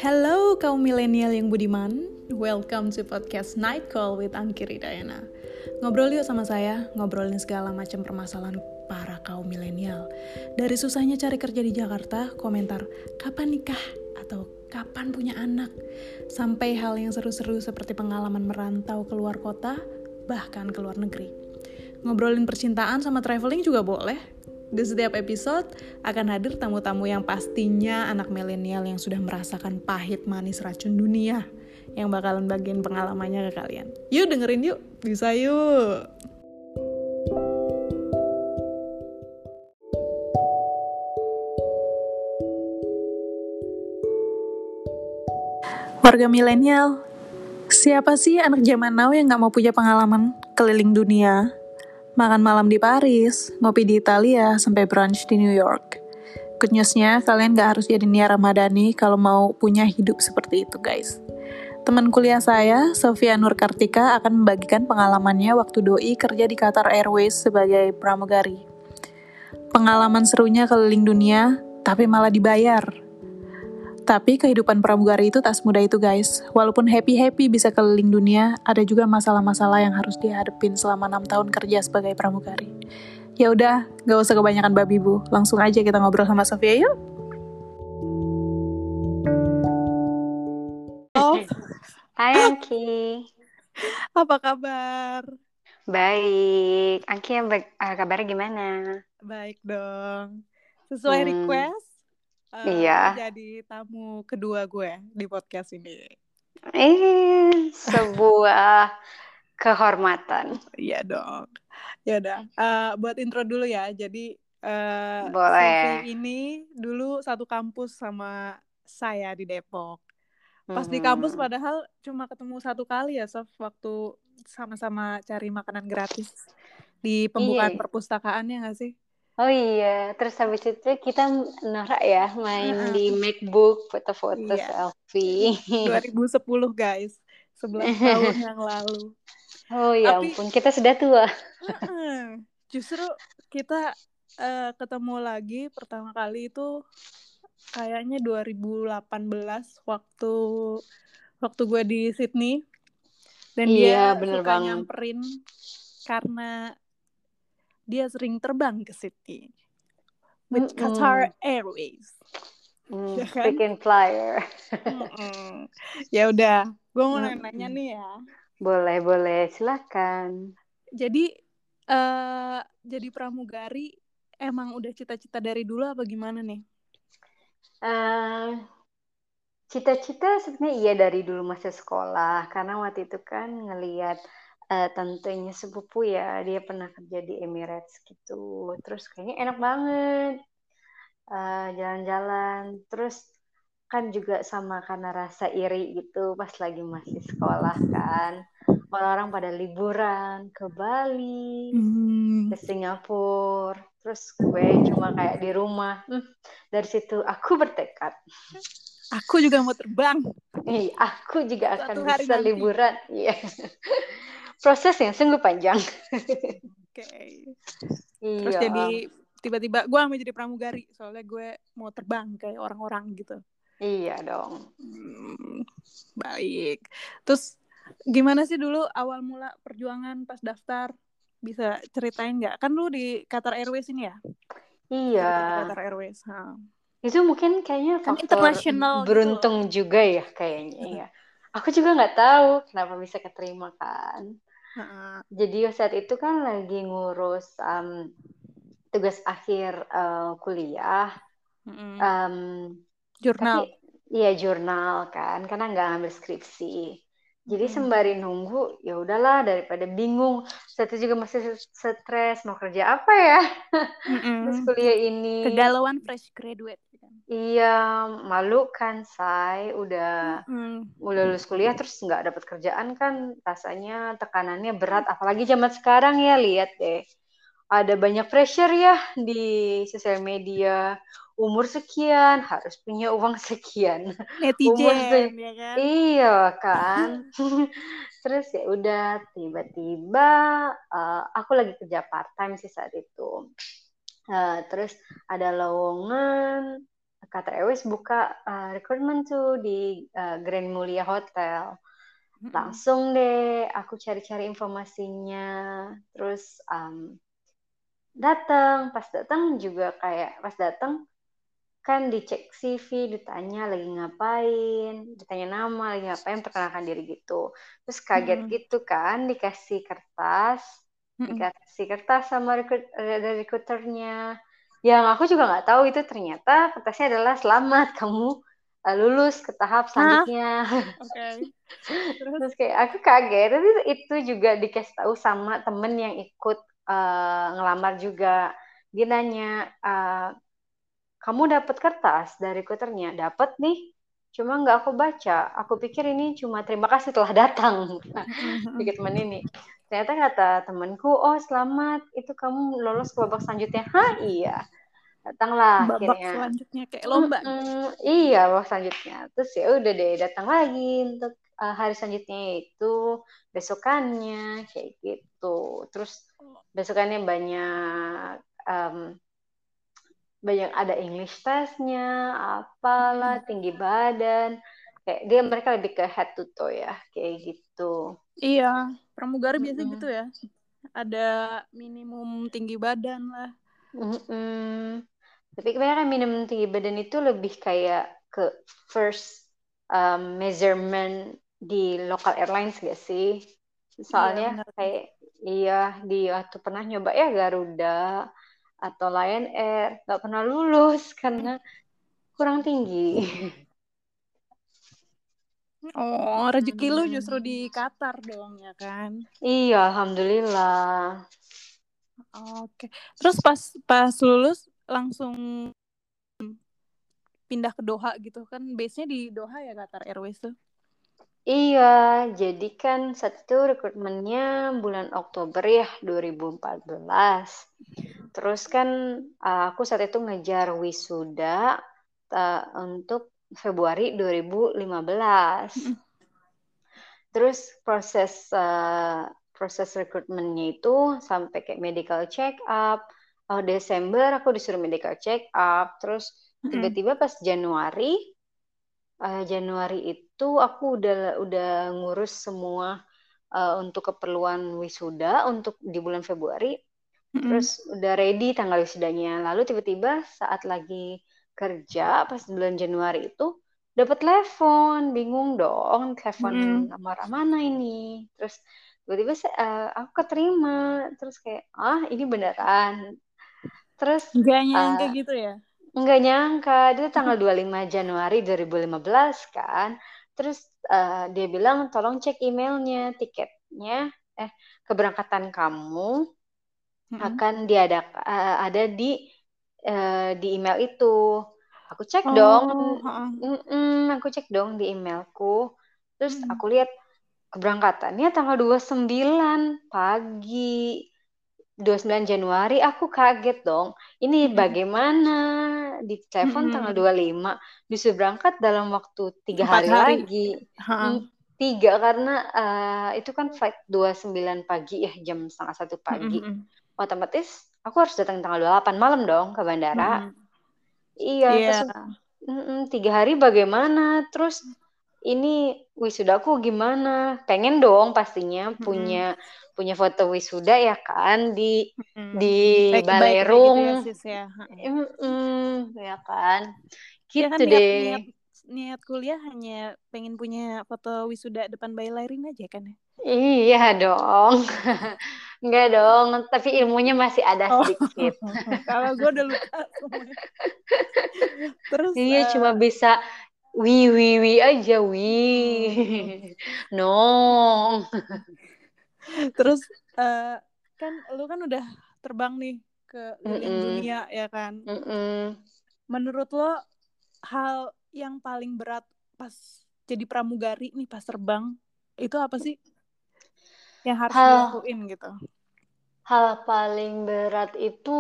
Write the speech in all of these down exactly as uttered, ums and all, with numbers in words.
Hello kaum milenial yang budiman, welcome to podcast Night Call with Angki Ridayana. Ngobrol yuk sama saya, ngobrolin segala macam permasalahan para kaum milenial. Dari susahnya cari kerja di Jakarta, komentar kapan nikah atau kapan punya anak, sampai hal yang seru-seru seperti pengalaman merantau keluar kota, bahkan ke luar negeri. Ngobrolin percintaan sama traveling juga boleh. Di setiap episode akan hadir tamu-tamu yang pastinya anak milenial yang sudah merasakan pahit manis racun dunia, yang bakalan bagiin pengalamannya ke kalian. Yuk dengerin yuk, bisa yuk. Warga milenial, siapa sih anak zaman now yang gak mau punya pengalaman keliling dunia? Makan malam di Paris, ngopi di Italia, sampai brunch di New York. Good news-nya, kalian gak harus jadi Nia Ramadhani kalau mau punya hidup seperti itu, guys. Teman kuliah saya, Sofia Nur Kartika, akan membagikan pengalamannya waktu doi kerja di Qatar Airways sebagai pramugari. Pengalaman serunya keliling dunia, tapi malah dibayar. Tapi kehidupan pramugari itu tak semudah itu, guys. Walaupun happy-happy bisa keliling dunia, ada juga masalah-masalah yang harus dihadapin selama enam tahun kerja sebagai pramugari. Ya udah, gak usah kebanyakan babi bu. Langsung aja kita ngobrol sama Sofia yuk. Oh, Hai Angki. apa kabar? Baik. Angki yang baik, uh, kabarnya gimana? Baik dong. Sesuai Hmm, request, uh, lo iya. jadi tamu kedua gue di podcast ini. Eh, sebuah kehormatan. Iya dong. Ya udah, uh, buat intro dulu ya. Jadi uh, Boleh. Sofi ini dulu satu kampus sama saya di Depok. Pas di kampus Hmm. padahal cuma ketemu satu kali ya, Sof, waktu sama-sama cari makanan gratis di pembukaan Iya. perpustakaannya nggak sih? Oh iya. Terus habis itu kita norak ya main di Uh-uh. MacBook, foto-foto Iya, selfie. dua ribu sepuluh guys, sebelas tahun yang lalu. Oh ya Tapi ampun, kita sudah tua. uh-uh, justru kita uh, ketemu lagi pertama kali itu kayaknya dua ribu delapan belas waktu waktu gue di Sydney, dan Iya, dia bener suka banget. nyamperin karena dia sering terbang ke Sydney with Qatar Mm-mm. Airways, Mm, ya kan? freaking flyer. Mm-mm. Ya udah, gue mau nanya Mm-mm. nih ya. Boleh, boleh. Silakan. Jadi uh, jadi pramugari emang udah cita-cita dari dulu apa gimana nih? Eh, Cita-cita sebenarnya iya dari dulu masa sekolah, karena waktu itu kan ngelihat eh, tantenya sepupu ya, dia pernah kerja di Emirates gitu. Terus kayaknya enak banget eh, jalan-jalan. Terus kan juga sama karena rasa iri gitu pas lagi masih sekolah kan. Orang-orang pada liburan ke Bali, Hmm, ke Singapura. Terus gue cuma kayak di rumah. Hmm, dari situ aku bertekad. aku juga mau terbang Ih, aku juga akan suatu hari bisa nanti. liburan. Iya. Proses yang sungguh panjang. Oke. Terus Iya. jadi tiba-tiba gue mau jadi pramugari soalnya gue mau terbang kayak orang-orang gitu. Iya dong. Hmm, baik. Terus gimana sih dulu awal mula perjuangan pas daftar? Bisa ceritain nggak? Kan lu di Qatar Airways ini ya? Iya. Kerja di Qatar Airways. Ha. Itu mungkin kayaknya Kan faktor international gitu loh. beruntung juga ya kayaknya ya. Aku juga nggak tahu kenapa bisa keterima kan. Ha. Jadi saat itu kan lagi ngurus um, tugas akhir uh, kuliah. Mm-mm. Um, tapi Jurnal. ya jurnal kan, karena nggak ngambil skripsi. Jadi Mm-mm. sembari nunggu, ya udahlah daripada bingung. Saya juga masih stres mau kerja apa ya terus Mm-mm. kuliah ini. Kegalauan fresh graduate kan. Iya, malu kan say, udah Mm-mm. udah lulus kuliah terus nggak dapat kerjaan kan rasanya tekanannya berat. Apalagi zaman sekarang ya lihat deh. Ada banyak pressure ya di sosial media. Umur sekian harus punya uang sekian. Umur Netizen se ya kan. iya kan. Terus ya udah tiba-tiba uh, aku lagi kerja part time sih saat itu. Uh, terus ada lowongan Qatar Airways buka uh, recruitment tuh di uh, Grand Mulia Hotel. Langsung deh aku cari-cari informasinya, terus um, datang. Pas datang juga kayak pas datang kan dicek C V, ditanya lagi ngapain, ditanya nama, lagi ngapain, perkenalkan diri gitu. Terus kaget Mm-mm. gitu kan, dikasih kertas, Mm-mm. dikasih kertas sama recruit, dari recruiternya. Yang aku juga nggak tahu itu ternyata kertasnya adalah selamat kamu uh, lulus ke tahap Hah? selanjutnya. Oke. Terus? Terus kayak aku kaget, tapi itu juga dikasih tahu sama temen yang ikut uh, ngelamar juga. Dia nanya, uh, kamu dapat kertas dari recruiternya? Dapat nih, cuma nggak aku baca. Aku pikir ini cuma terima kasih telah datang. Mm-mm. Dikit temen ini. Ternyata kata temanku, oh selamat, itu kamu lolos ke babak selanjutnya. Hah iya, datanglah Babak akhirnya. selanjutnya kayak lomba gitu. Mm-mm, iya, babak selanjutnya. Terus ya udah deh, datang lagi untuk uh, hari selanjutnya itu besokannya kayak gitu. Terus besokannya banyak um, banyak ada English testnya, apalah, Mm-mm. tinggi badan. Kayak dia mereka lebih ke head to toe ya, kayak gitu. Iya, pramugari biasanya gitu Mm-mm. ya. Ada minimum tinggi badan lah. Mm-mm. Tapi kebanyakan minimum tinggi badan itu lebih kayak ke first um, measurement di local airlines gak sih? Iya, Soalnya benar. kayak iya di waktu pernah nyoba ya Garuda atau Lion Air nggak pernah lulus karena kurang tinggi. Oh, rezeki lu justru Hmm. di Qatar dong, ya kan? Iya, alhamdulillah. Oke. Terus pas pas lulus langsung pindah ke Doha gitu kan? Base-nya di Doha ya Qatar Airways tuh. Iya, jadi kan saat itu rekrutmennya bulan Oktober ya dua ribu empat belas. Terus kan uh, aku saat itu ngejar wisuda uh, untuk Februari dua ribu lima belas. Mm-mm. Terus proses uh, proses rekrutmennya itu sampai kayak medical check up. Oh, Desember aku disuruh medical check up. Terus Mm-mm. tiba-tiba pas Januari uh, Januari itu aku udah udah ngurus semua uh, untuk keperluan wisuda untuk di bulan Februari. Mm-mm. Terus udah ready tanggal wisudanya. Lalu tiba-tiba saat lagi kerja pas bulan Januari itu dapat telepon, bingung dong, telepon Mm-mm. nomor mana ini. Terus tiba-tiba uh, aku keterima, terus kayak ah ini beneran. Terus Gak nyangka uh, gitu ya? nggak nyangka, itu tanggal dua puluh lima Januari dua ribu lima belas kan. Terus uh, dia bilang tolong cek emailnya, tiketnya, eh keberangkatan kamu Mm-mm. akan diadakan uh, ada di uh, di email itu. Aku cek dong, Oh, ha-ha. mm aku cek dong di emailku. Terus Mm-mm. aku lihat keberangkatannya tanggal dua puluh sembilan pagi. dua puluh sembilan Januari aku kaget dong. Ini Mm-mm. bagaimana di telepon tanggal Mm-mm. dua puluh lima disuruh berangkat dalam waktu tiga Empat hari hari. lagi. Ha-ha. Hmm, tiga karena uh, itu kan flight dua puluh sembilan pagi ya jam setengah satu pagi. Mm-mm. Otomatis aku harus datang tanggal dua puluh delapan malam dong ke bandara. Mm-mm. Iya, Iya. terus mm-mm, tiga hari bagaimana? Terus ini wisudaku gimana? Pengen dong pastinya punya Mm-mm. punya foto wisuda ya kan di di Mm-mm. Baik-baik kayak gitu balerung, ya sis ya. Ha-ha. mm ya kan? Ya Gitu kan deh. niat-niat niat kuliah hanya pengen punya foto wisuda depan bayi aja kan ya. Iya dong. Enggak dong, tapi ilmunya masih ada Oh, sedikit. kalau gue udah lupa semuanya. Terus, Iya, cuma uh, bisa wi wi wi aja wi. mm, No. terus uh, kan lu kan udah terbang nih ke liling Mm-mm. dunia ya kan. Mm-mm. Menurut lo hal yang paling berat pas jadi pramugari nih pas terbang itu apa sih yang harus Hal dilakuin gitu? hal paling berat itu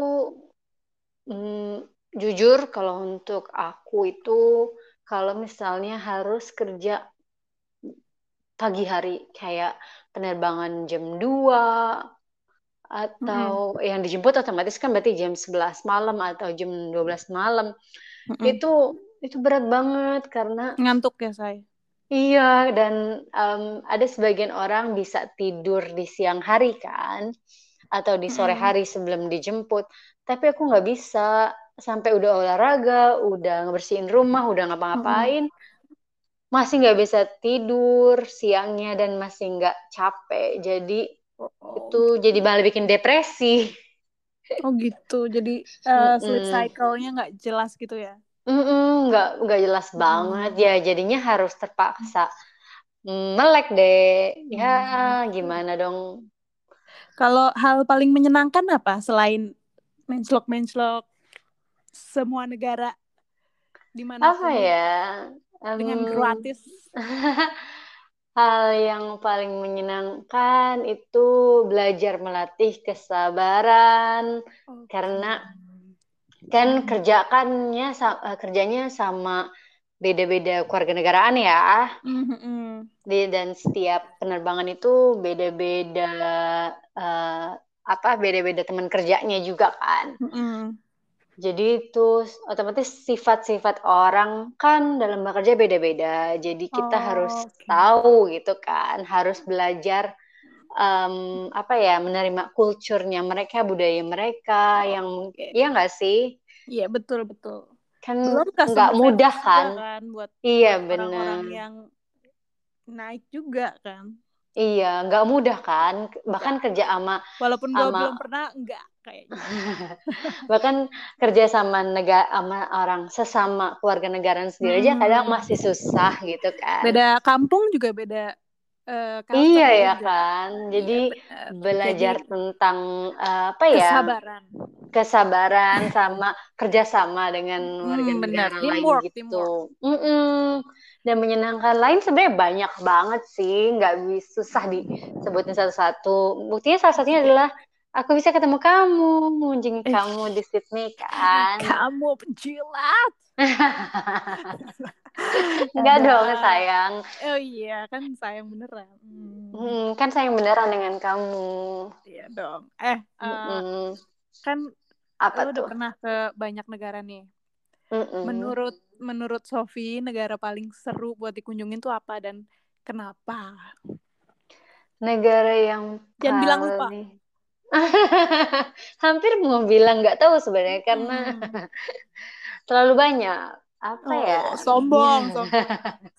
hmm, jujur kalau untuk aku itu kalau misalnya harus kerja pagi hari kayak penerbangan jam dua Mm-mm. atau yang dijemput otomatis kan berarti jam sebelas malam atau jam dua belas malam. Mm-mm. Itu itu berat banget karena Ngantuk ya saya. iya, dan em, ada sebagian orang bisa tidur di siang hari kan, atau di sore Mm-mm. hari sebelum dijemput. Tapi aku nggak bisa, sampai udah olahraga, udah ngebersihin rumah, udah Mm-mm. ngapa-ngapain, masih nggak bisa tidur siangnya dan masih nggak capek. Jadi Oh, oh, itu jadi gitu. malah bikin depresi. Oh gitu. Jadi eh, sleep Mm-mm. cycle-nya nggak jelas gitu ya. Mm-mm, nggak nggak jelas banget Mm. ya, jadinya harus terpaksa mm, melek deh. Ya Hmm. gimana dong. Kalau hal paling menyenangkan apa selain mencelok-mencelok semua negara Apa dimanapun ya? dengan Em, gratis? hal yang paling menyenangkan itu belajar melatih kesabaran Oke. karena kan Mm-mm. kerjakannya sa- eh, kerjanya sama beda-beda keluarga negaraan ya. Mm-mm. Di, dan setiap penerbangan itu beda-beda eh, apa beda-beda teman kerjanya juga kan. Mm-mm. Jadi itu otomatis sifat-sifat orang kan dalam bekerja beda-beda. Jadi kita harus Oh, oke. tahu gitu kan, harus belajar em, apa ya, menerima kulturnya mereka, budaya mereka yang Oke. ya nggak sih? Iya, betul betul. Kan Belum nggak customer mudah service juga kan? kan buat Iya buat orang-orang bener. yang naik juga kan. Iya, nggak mudah kan? Bahkan Enggak, kerja enggak. sama Walaupun gue sama belum pernah, enggak kayaknya. bahkan kerja sama negara sama orang sesama keluarga negara sendiri aja kadang Mm-mm. masih susah gitu kan. Beda kampung juga beda eh, Iya culture ya juga. kan. Jadi Iya, benar. Jadi belajar tentang eh, apa ya, kesabaran. kesabaran sama kerjasama dengan warga Hmm, benar. negara lain Teamwork, gitu. teamwork. Mm-mm. Dan menyenangkan lain sebenarnya banyak banget sih, nggak bisa, susah disebutin satu-satu. Buktinya salah satunya Oke. adalah aku bisa ketemu kamu, mengunjungi Eh, kamu di Sydney kan. kamu penjilat. Enggak Ada. dong sayang. Oh iya, kan sayang beneran. Hmm, Hmm, kan sayang beneran dengan kamu. iya dong. Eh, eh, Mm-mm. kan Apa lu udah tuh? pernah ke banyak negara nih. Mm-mm. Menurut menurut Sofi, negara paling seru buat dikunjungin tuh apa dan kenapa? Negara yang Jangan bilang lupa. paling hampir mau bilang nggak tahu sebenarnya karena Hmm. terlalu banyak. Apa ya? Oh, sombong, sombong.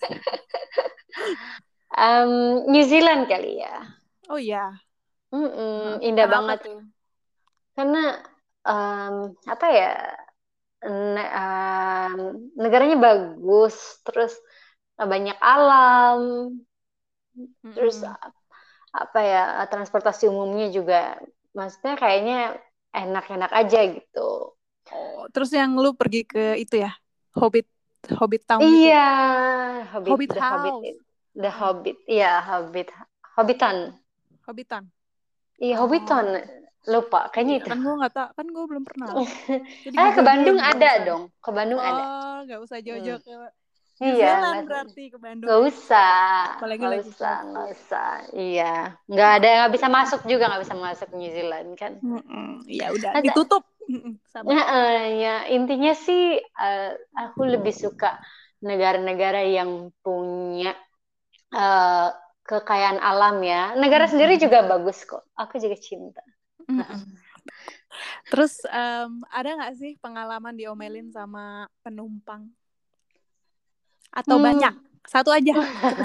Em, New Zealand kali ya. Oh iya. Heeh. Mm-mm, indah Kenapa banget. tuh? Karena em, apa ya? ne- em, negaranya bagus, terus banyak alam, terus Mm-mm. apa ya, transportasi umumnya juga maksudnya kayaknya enak-enak aja gitu. Oh, terus yang lu pergi ke itu ya, Hobbit, Hobbit Town itu Iya, ya, Hobbit, Hobbit The Hobbit, House. The Heeh. Hobbit, iya Hobbit, Hobbiton, Hobbiton. iya Hobbiton, Oh, lupa kayaknya iya itu. kan gue nggak tahu, kan gue belum pernah. Jadi Ah, ke Google dulu Bandung nih ada barusan. dong, ke Bandung ada. Oh, nggak usah Hmm. jauh-jauh ke New Iya, Zealand nggak berarti ke Bandung nggak ya. usah, Apalagi nggak lagi usah, nggak COVID. usah. Iya, nggak ada, nggak bisa masuk juga, nggak bisa masuk New Zealand kan. Mm-mm. Ya udah Nah, ditutup. Mm-mm. ya, Sabar. eh, ya intinya sih eh, aku lebih suka negara-negara yang punya eh, kekayaan alam ya. Negara sendiri Mm-mm. juga bagus kok. Aku juga cinta. Mm-mm. Terus em, ada nggak sih pengalaman diomelin sama penumpang? Atau banyak? Hmm, Satu aja. Terus.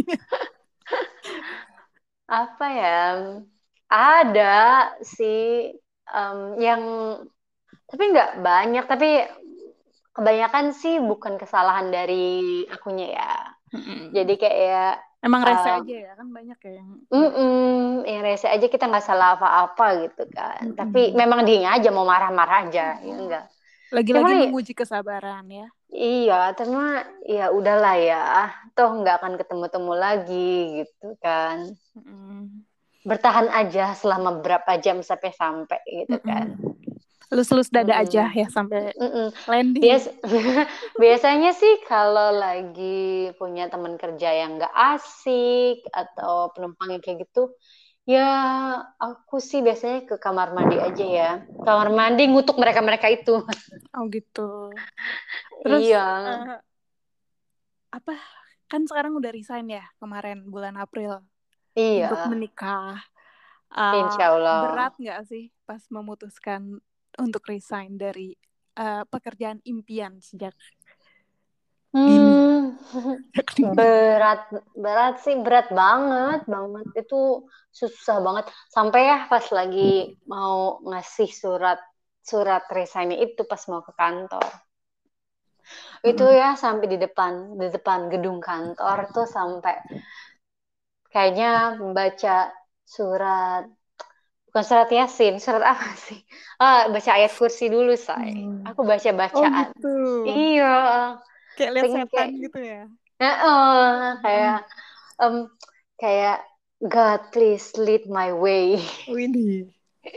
apa ya? Ada sih em, yang tapi nggak banyak. Tapi kebanyakan sih bukan kesalahan dari akunya ya. Mm-mm. Jadi kayak Emang rese em, aja ya kan banyak ya yang begitu. mm-mm, yang rese aja kita nggak salah apa-apa gitu kan. Tapi Mm-mm. memang dia aja mau marah-marah aja, ya Oh. enggak. Cuma Lagi-lagi menguji kesabaran ya. iya, cuma ya udahlah ya, toh nggak akan ketemu-temu lagi gitu kan. Mm-mm. Bertahan aja selama berapa jam sampai sampai gitu kan. Mm-mm. Lus-lus dada aja Mm-mm. ya sampai Mm-mm. landing. Bias biasanya sih kalau lagi punya teman kerja yang nggak asik atau penumpang yang kayak gitu, Ya, aku sih biasanya ke kamar mandi aja ya. Kamar mandi ngutuk mereka-mereka itu. Oh gitu. Terus Iya, eh, apa? Kan sekarang udah resign ya kemarin bulan April untuk iya, menikah. Eh, insya Allah. berat nggak sih pas memutuskan untuk resign dari eh, pekerjaan impian sejak dini? Hmm, Sejak dini. berat, berat sih, berat banget, banget. Itu susah banget. Sampai ya pas lagi mau ngasih surat, surat resign itu pas mau ke kantor. Itu Mm-mm. ya sampai di depan, di depan gedung kantor tuh sampai kayaknya membaca surat, bukan surat Yasin, surat apa sih? Ah, baca ayat kursi dulu, say. Hmm. Aku baca Oh bacaan. gitu. Iya, Kayak lihat pengen setan kayak, gitu ya. nah, eh, kayak, Mm-mm. em, kayak God please lead my way. Widih.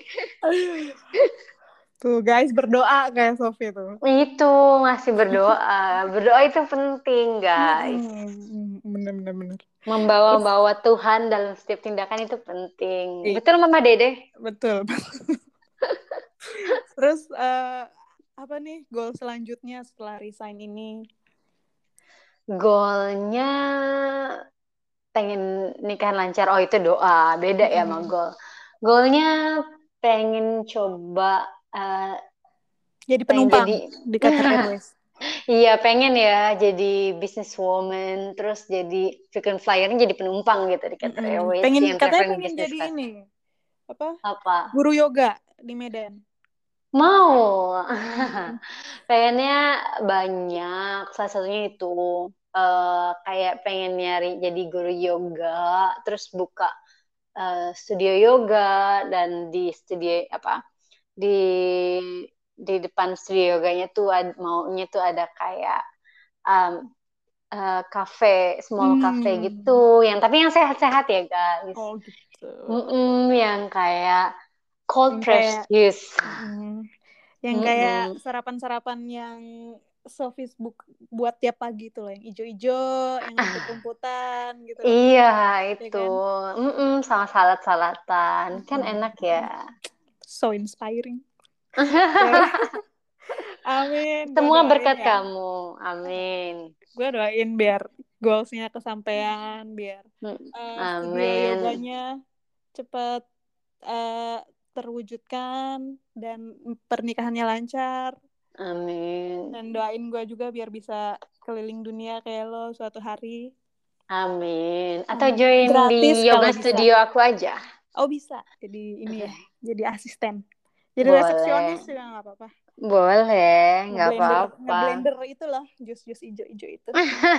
Tuh guys berdoa kayak Sofi tuh. Itu masih berdoa. Berdoa itu penting, guys. Mm-mm. Bener bener bener. Terus, Membawa-bawa Tuhan dalam setiap tindakan itu penting. i- Betul, Mama Dede? betul. Terus eh, apa nih goal selanjutnya setelah resign ini? Goalnya pengen nikahan lancar. Oh, itu doa. Beda ya sama Mm-mm. goal. Goalnya pengen coba, eh, Jadi pengen penumpang jadi, di Qatar Airways. iya pengen ya jadi businesswoman, terus jadi frequent flyer jadi penumpang gitu di Qatar Mm-mm. Airways Pengen yang katanya traveling pengen business jadi class. ini apa Apa? guru yoga di Medan. Mau. Mm-mm. Pengennya banyak. Salah satunya itu eh, kayak pengen nyari jadi guru yoga, terus buka eh, studio yoga dan di studio apa? Di di depan studio yoganya tuh ad- maunya tuh ada kayak um, eh, cafe, small cafe gitu, Hmm. yang tapi yang sehat-sehat ya guys. Oh gitu. Mm-mm, yang kayak cold Yang kayak pressed juice. mm, yang kayak Mm-mm. sarapan-sarapan yang Sofis buk buat tiap pagi tuh loh, yang ijo-ijo, yang rumput-rumputan gitu loh. Iya, Ya itu. kan? Mm-mm, sama salad-salatan. Kan enak ya. Mm-mm. So inspiring. Sorry. Amin, gue Semua doain berkat ya. kamu. Amin. Gue doain biar goalsnya kesampaian, biar Mm, eh, studio Amin. yoganya cepat eh, terwujudkan dan pernikahannya lancar. Amin. Dan doain gue juga biar bisa keliling dunia kayak lo suatu hari. Amin. Atau Amin. join di Gratis yoga kalau bisa. studio aku aja. Oh bisa. Jadi ini ya. Jadi asisten. Jadi resepsionis Boleh. juga nggak apa-apa. Boleh. Nggak Ngeblender, apa-apa. ngeblender itu loh, jus-jus ijo-ijo itu.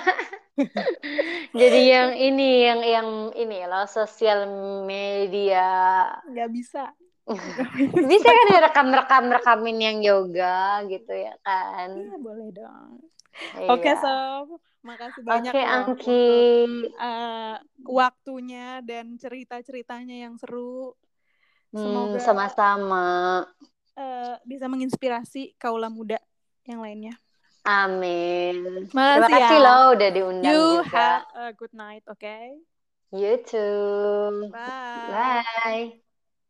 Jadi yang ini, yang yang ini loh, sosial media. Nggak bisa. Nggak bisa Bisa kan ya kok. rekam-rekam rekamin yang yoga gitu ya kan? Ya boleh dong. Oke Iya. Sob, makasih banyak Oke, loh Angki. untuk eh, waktunya dan cerita-ceritanya yang seru. Hmm, Semoga sama-sama. eh, bisa menginspirasi kaula muda yang lainnya. Amin. Terima Makasih ya. kasih loh udah diundang You juga. have a good night, okay? You too. Bye. Bye.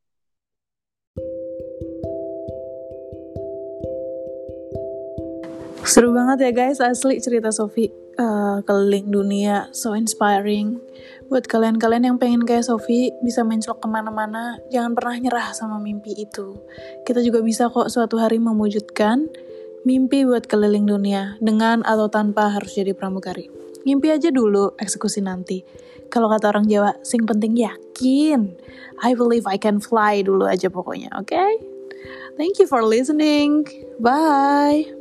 Seru banget ya guys, asli cerita Sofi uh, keliling dunia, so inspiring. Buat kalian-kalian yang pengen kayak Sofi, bisa mencelok kemana-mana, jangan pernah nyerah sama mimpi itu. Kita juga bisa kok suatu hari mewujudkan mimpi buat keliling dunia, dengan atau tanpa harus jadi pramugari. Mimpi aja dulu, eksekusi nanti. Kalau kata orang Jawa, sing penting yakin. I believe I can fly dulu aja pokoknya, oke? Okay? Thank you for listening. Bye.